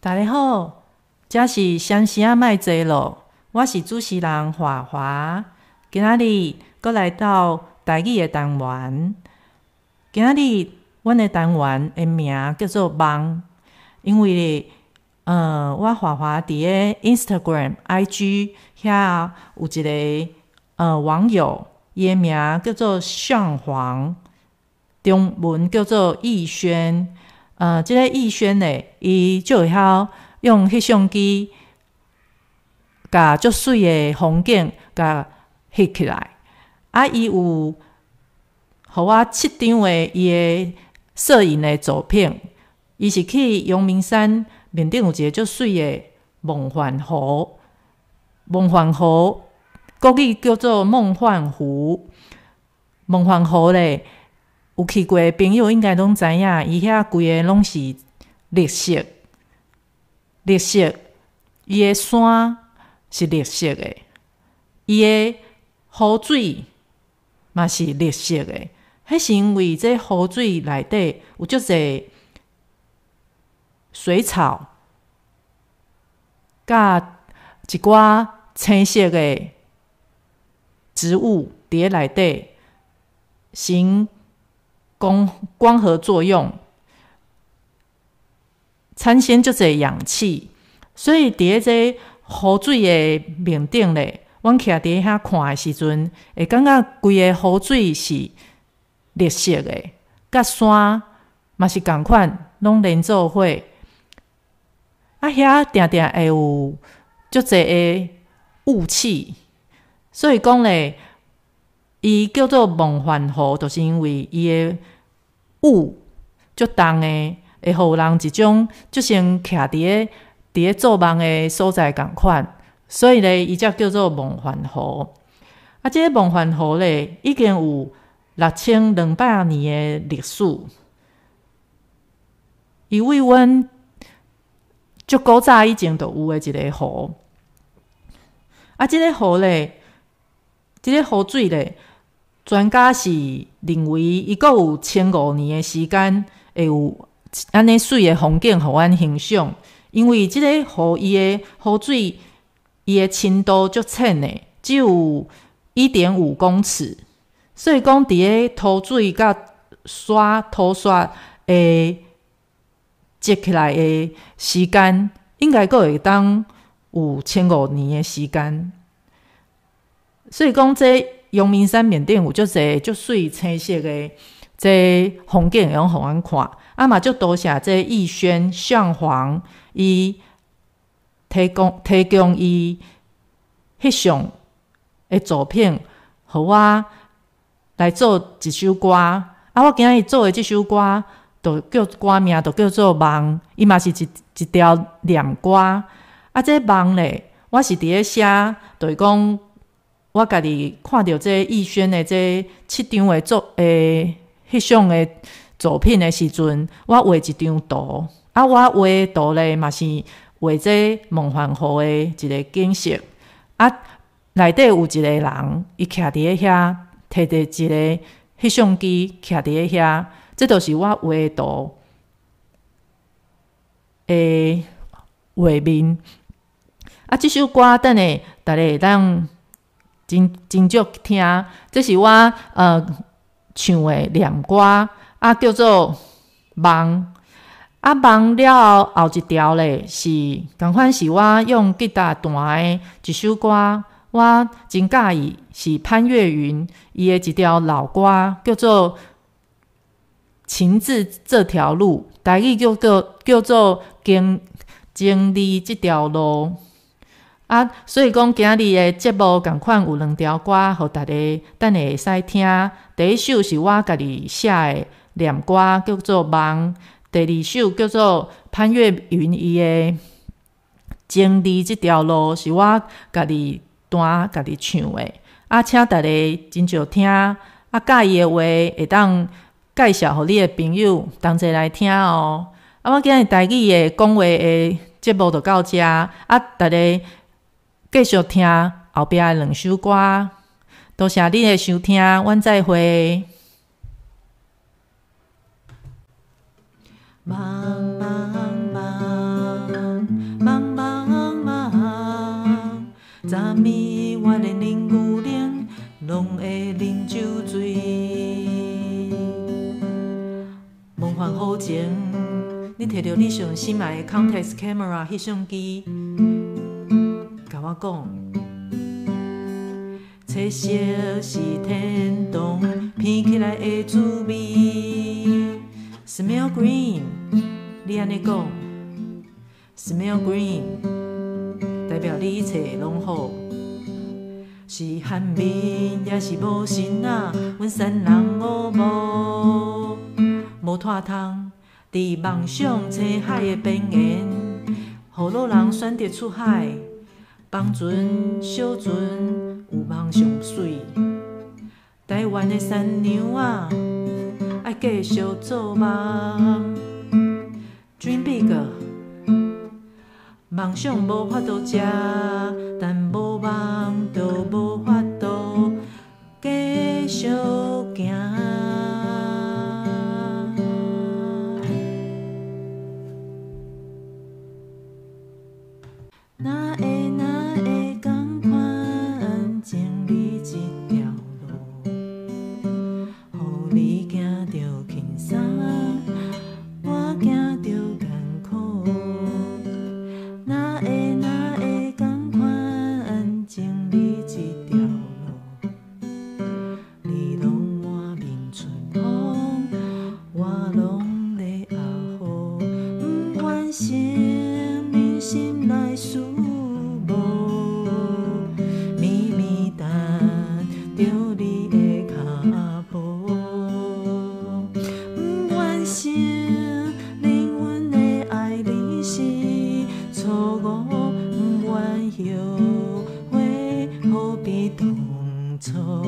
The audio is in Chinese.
大家好，这是相时啊卖坐咯，我是主持人华华。今仔日阁来到台语的单元。今仔日阮的单元的名叫做梦，因为我华华伫个 Instagram、IG 遐有一个网友，伊的名叫做向黄，中文叫做逸轩。这个逸轩咧，伊就会晓用翕相机，甲足水的风景，甲翕起来。伊有互我7张的伊的摄影的照片。伊是去阳明山面顶有一个足水的梦幻湖，梦幻湖国语叫做梦幻湖。梦幻湖咧，有去过的朋友应该拢知影，伊遐规个拢是绿色，伊的山是绿色的，伊的湖水嘛是绿色的。迄是因为这湖水内底有足侪水草，甲一寡青色的植物伫咧内底，行光合作用，产生足侪氧气，所以伫咧这湖水的面顶咧，阮徛伫遐看的时阵，会感觉规个湖水是绿色的，甲山嘛是同款，拢连做伙。遐定定会有足侪的雾气，所以讲咧，伊叫做梦幻湖，就是因为伊的雾足重的，会互人一种就像徛伫咧做梦的所在同款，所以咧，伊才叫做梦幻湖。这个梦幻湖咧，已经有6200年的历史。伊为阮足古早以前就有的一个湖。这个湖咧，这个湖水咧，专家是认为伊阁有1500年的时间，会有安尼水的风景互阮欣赏。因为这个湖，伊的湖水，伊的深度足浅的，只有 1.5 公尺。所以讲，伫咧土水甲土刷会积起来的时间，应该阁会当有1500年的时间。所以讲，这阳明山面顶有足侪足水青色的这风景，会用互阮看。嘛足多谢这逸轩向黄，伊提供伊翕相的照片，互我来做一首歌。我今日做的这首歌，歌名就叫做梦，伊嘛是一条念歌。这梦咧，我是伫咧写，就是讲我家己看到这逸轩的这7张的翕相的照片的时阵，我画一张图。我画的图咧，嘛是画这梦幻湖的一个景色。内底有一个人，伊徛伫咧遐，摕着一个翕相机，徛伫咧遐。这就是我画的图的画面。这首歌等下大家会当真足听。这是我唱的念歌，叫做梦。梦了后一条咧，是同款是我用吉他弹的一首歌，我真喜意，是潘越云伊的一条老歌，叫做《情字这条路》，台语叫做经历这条路。所以讲今日的节目同款有2条歌，互大家等下会使听。第一首是我家己写的念歌，叫做梦；第二首叫做潘越云伊的经历这条路，是我家己弹家己唱的。请大家真少听。介意的话，会当介绍互你的朋友同齐来听哦。我今日台语的讲话的节目就到这。大家继续听后壁的2首歌，多谢你的收听，阮再会。茫茫茫， 暝我连啉牛奶，拢会啉酒醉。梦幻好情，你摕到你上心爱的 Contax Camera 翕相机，甲我讲，彩色是天堂，闻起来的滋味。Smell green， 你安尼讲 ，Smell green， 代表你一切拢好。是罕面也是无神啊，阮三人五无拖通，伫梦想青海的边缘，予老人选择出海。放船、小船有梦上水，台湾的山娘啊，爱继续做梦。Dream big， 梦想无法度食，但无梦就无法度继续行。哪会同款经历一条路，予你行着轻松，我行着艰苦。哪会同款经历一条路，你拢满面春风，我拢咧阿好，不愿生命心内事。错。